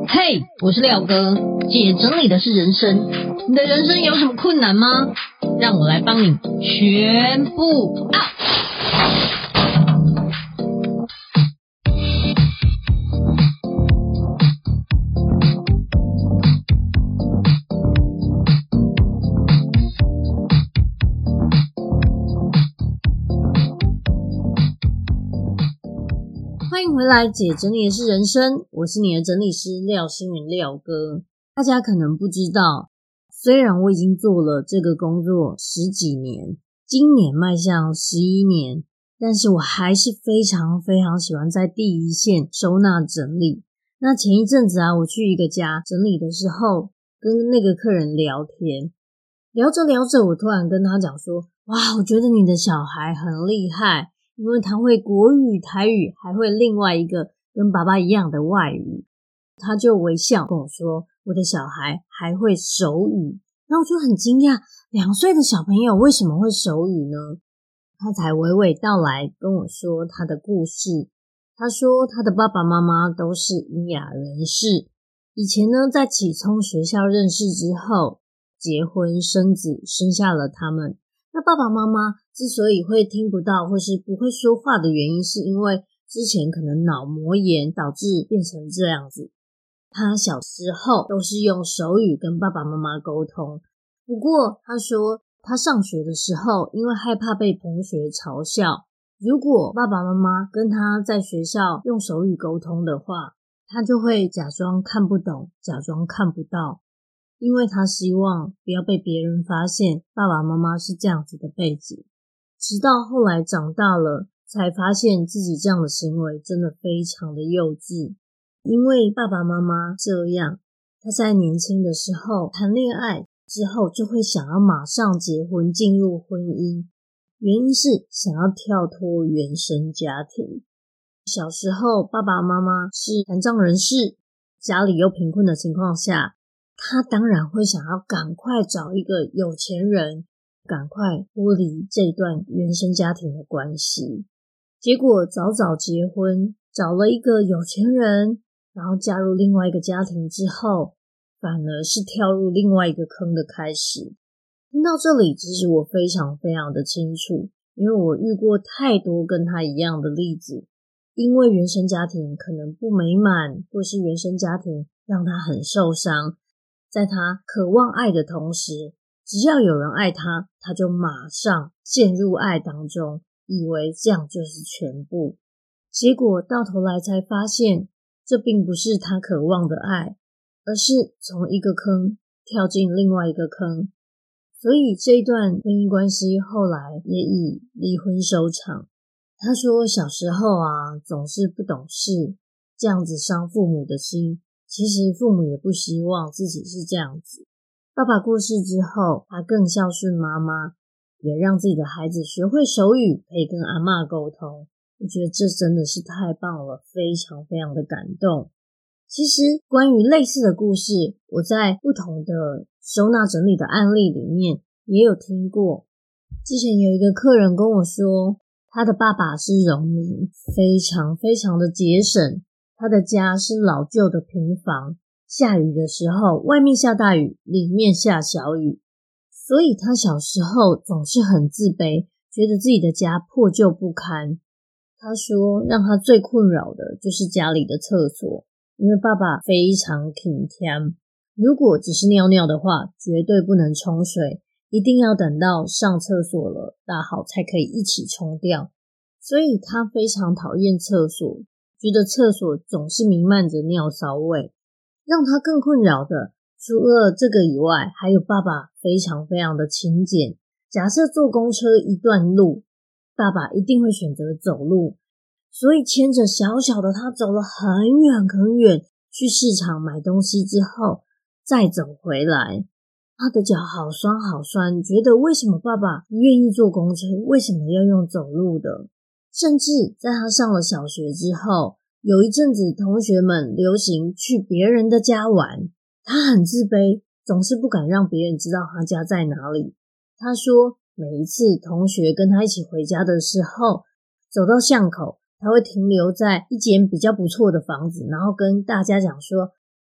嘿，我是廖哥，姐整理的是人生。你的人生有什么困难吗？让我来帮你全部 out。欢迎回来，姐整理的是人生，我是你的整理师廖星云廖哥。大家可能不知道，虽然我已经做了这个工作10几年，今年迈向11年，但是我还是非常非常喜欢在第一线收纳整理。那前一阵子我去一个家整理的时候，跟那个客人聊天，聊着聊着，我突然跟他讲说，哇，我觉得你的小孩很厉害，因为他会国语、台语，还会另外一个跟爸爸一样的外语。他就微笑跟我说，我的小孩还会手语。然后我就很惊讶，2岁的小朋友为什么会手语呢？他才娓娓道来跟我说他的故事。他说他的爸爸妈妈都是聋哑人士，以前呢在启聪学校认识之后，结婚生子，生下了他们。那爸爸妈妈之所以会听不到或是不会说话的原因，是因为之前可能脑膜炎导致变成这样子。他小时候都是用手语跟爸爸妈妈沟通，不过他说他上学的时候，因为害怕被同学嘲笑，如果爸爸妈妈跟他在学校用手语沟通的话，他就会假装看不懂，假装看不到，因为他希望不要被别人发现爸爸妈妈是这样子的背景。直到后来长大了，才发现自己这样的行为真的非常的幼稚。因为爸爸妈妈这样，他在年轻的时候谈恋爱之后就会想要马上结婚进入婚姻，原因是想要跳脱原生家庭。小时候爸爸妈妈是残障人士，家里又贫困的情况下，他当然会想要赶快找一个有钱人，赶快脱离这段原生家庭的关系。结果早早结婚，找了一个有钱人，然后加入另外一个家庭之后，反而是跳入另外一个坑的开始。听到这里，其实我非常非常的清楚，因为我遇过太多跟他一样的例子。因为原生家庭可能不美满，或是原生家庭让他很受伤，在他渴望爱的同时，只要有人爱他，他就马上陷入爱当中，以为这样就是全部。结果到头来才发现，这并不是他渴望的爱，而是从一个坑跳进另外一个坑。所以这一段婚姻关系后来也以离婚收场。他说小时候总是不懂事，这样子伤父母的心，其实父母也不希望自己是这样子。爸爸过世之后，他更孝顺妈妈，也让自己的孩子学会手语，可以跟阿嬷沟通。我觉得这真的是太棒了，非常非常的感动。其实关于类似的故事，我在不同的收纳整理的案例里面也有听过。之前有一个客人跟我说，他的爸爸是农民，非常非常的节省，他的家是老旧的平房，下雨的时候外面下大雨，里面下小雨，所以他小时候总是很自卑，觉得自己的家破旧不堪。他说让他最困扰的就是家里的厕所，因为爸爸非常挺添，如果只是尿尿的话，绝对不能冲水，一定要等到上厕所了大好才可以一起冲掉。所以他非常讨厌厕所，觉得厕所总是弥漫着尿骚味。让他更困扰的，除了这个以外，还有爸爸非常非常的勤俭。假设坐公车一段路，爸爸一定会选择走路，所以牵着小小的他走了很远很远，去市场买东西之后再走回来。他的脚好酸好酸，觉得为什么爸爸不愿意坐公车，为什么要用走路的？甚至在他上了小学之后，有一阵子同学们流行去别人的家玩，他很自卑，总是不敢让别人知道他家在哪里。他说每一次同学跟他一起回家的时候，走到巷口，他会停留在一间比较不错的房子，然后跟大家讲说，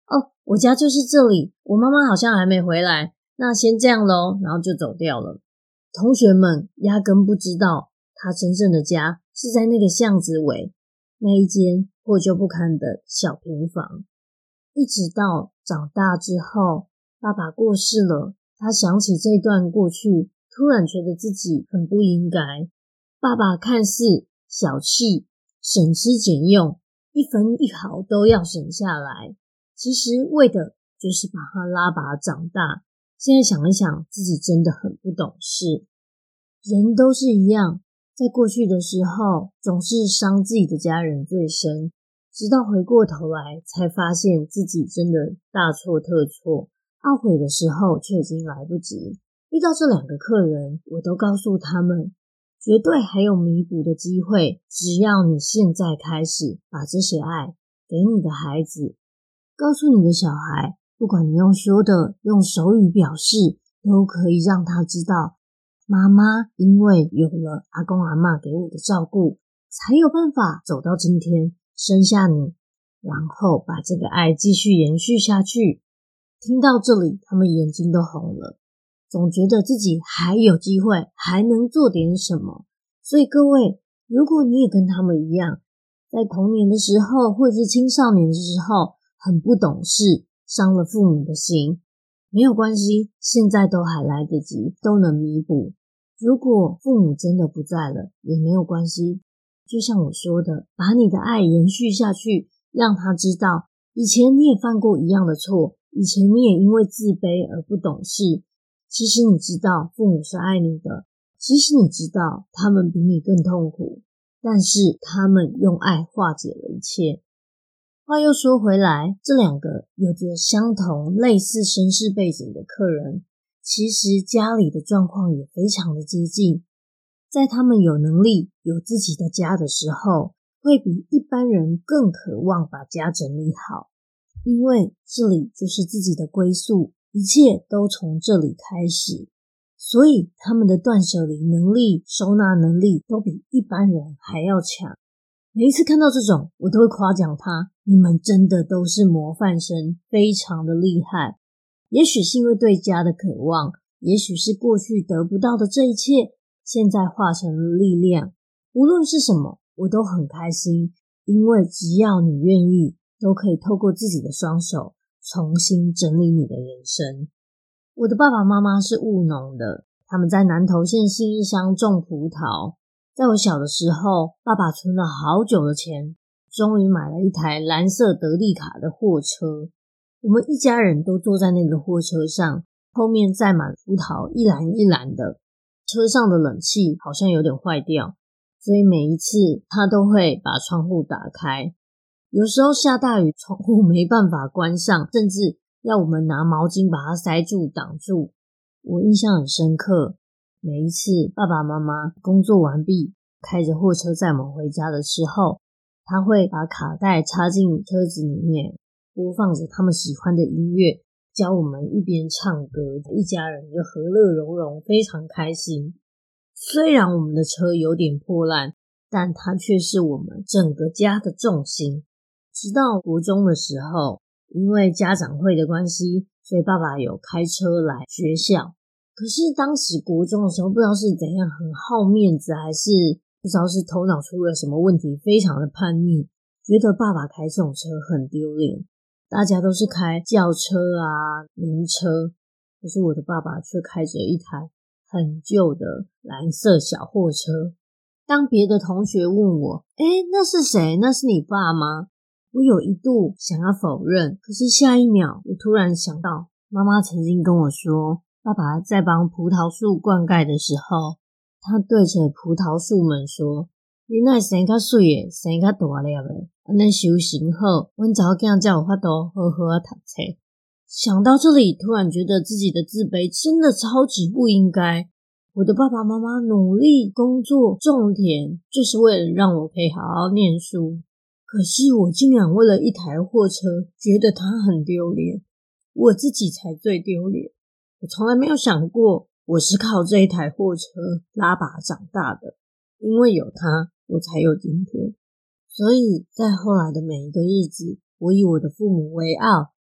哦，我家就是这里，我妈妈好像还没回来，那先这样咯，然后就走掉了。同学们压根不知道他真正的家是在那个巷子尾那一间破旧不堪的小平房。一直到长大之后，爸爸过世了，他想起这段过去，突然觉得自己很不应该。爸爸看似小气，省吃俭用，一分一毫都要省下来，其实为的就是把他拉拔长大。现在想一想，自己真的很不懂事。人都是一样，在过去的时候，总是伤自己的家人最深，直到回过头来，才发现自己真的大错特错，懊悔的时候却已经来不及。遇到这2个客人，我都告诉他们，绝对还有弥补的机会，只要你现在开始把这些爱给你的孩子，告诉你的小孩，不管你用说的，用手语表示，都可以让他知道，妈妈因为有了阿公阿嬷给我的照顾，才有办法走到今天，生下你，然后把这个爱继续延续下去。听到这里，他们眼睛都红了，总觉得自己还有机会，还能做点什么。所以各位，如果你也跟他们一样，在童年的时候或者是青少年的时候很不懂事，伤了父母的心，没有关系，现在都还来得及，都能弥补。如果父母真的不在了，也没有关系，就像我说的，把你的爱延续下去，让他知道以前你也犯过一样的错，以前你也因为自卑而不懂事，其实你知道父母是爱你的，其实你知道他们比你更痛苦，但是他们用爱化解了一切。话又说回来，这2个有着相同类似身世背景的客人，其实家里的状况也非常的接近。在他们有能力有自己的家的时候，会比一般人更渴望把家整理好，因为这里就是自己的归宿，一切都从这里开始，所以他们的断舍离能力、收纳能力都比一般人还要强。每一次看到这种，我都会夸奖他，你们真的都是模范生，非常的厉害。也许是因为对家的渴望，也许是过去得不到的这一切，现在化成了力量。无论是什么，我都很开心，因为只要你愿意，都可以透过自己的双手重新整理你的人生。我的爸爸妈妈是务农的，他们在南投县信义乡种葡萄。在我小的时候，爸爸存了好久的钱，终于买了一台蓝色德利卡的货车。我们一家人都坐在那个货车上，后面载满葡萄一篮一篮的。车上的冷气好像有点坏掉，所以每一次他都会把窗户打开。有时候下大雨，窗户没办法关上，甚至要我们拿毛巾把它塞住挡住。我印象很深刻，每一次爸爸妈妈工作完毕，开着货车载我们回家的时候，他会把卡带插进车子里面，播放着他们喜欢的音乐，教我们一边唱歌，一家人就和乐融融，非常开心。虽然我们的车有点破烂，但它却是我们整个家的重心。直到国中的时候，因为家长会的关系，所以爸爸有开车来学校。可是当时国中的时候，不知道是怎样，很好面子，还是不知道是头脑出了什么问题，非常的叛逆，觉得爸爸开这种车很丢脸。大家都是开轿车啊、名车，可是我的爸爸却开着一台很旧的蓝色小货车。当别的同学问我，那是谁？那是你爸吗？我有一度想要否认，可是下一秒我突然想到，妈妈曾经跟我说，爸爸在帮葡萄树灌溉的时候，他对着葡萄树们说，你哪生较水的，生较大粒的，这样修行好，阮查某囝才有法度好好啊读册。想到这里，突然觉得自己的自卑真的超级不应该。我的爸爸妈妈努力工作种田，就是为了让我可以好好念书。可是我竟然为了一台货车觉得它很丢脸，我自己才最丢脸。我从来没有想过我是靠这一台货车拉拔长大的，因为有它我才有今天。所以在后来的每一个日子，我以我的父母为傲，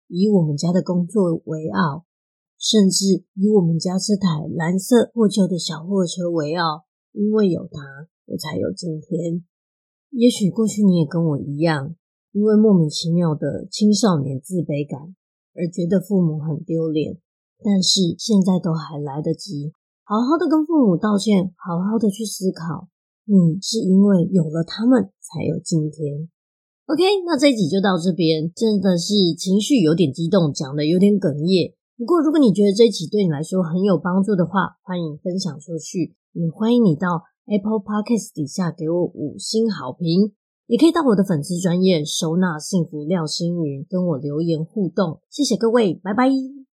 以我们家的工作为傲，甚至以我们家这台蓝色破旧的小货车为傲，因为有它，我才有今天。也许过去你也跟我一样，因为莫名其妙的青少年自卑感而觉得父母很丢脸，但是现在都还来得及，好好的跟父母道歉，好好的去思考，你是因为有了他们才有今天。OK， 那这一集就到这边，真的是情绪有点激动，讲的有点哽咽。不过如果你觉得这一集对你来说很有帮助的话，欢迎分享出去，也欢迎你到 Apple Podcast 底下给我5星好评，也可以到我的粉丝专页收纳幸福廖星云跟我留言互动。谢谢各位，拜拜。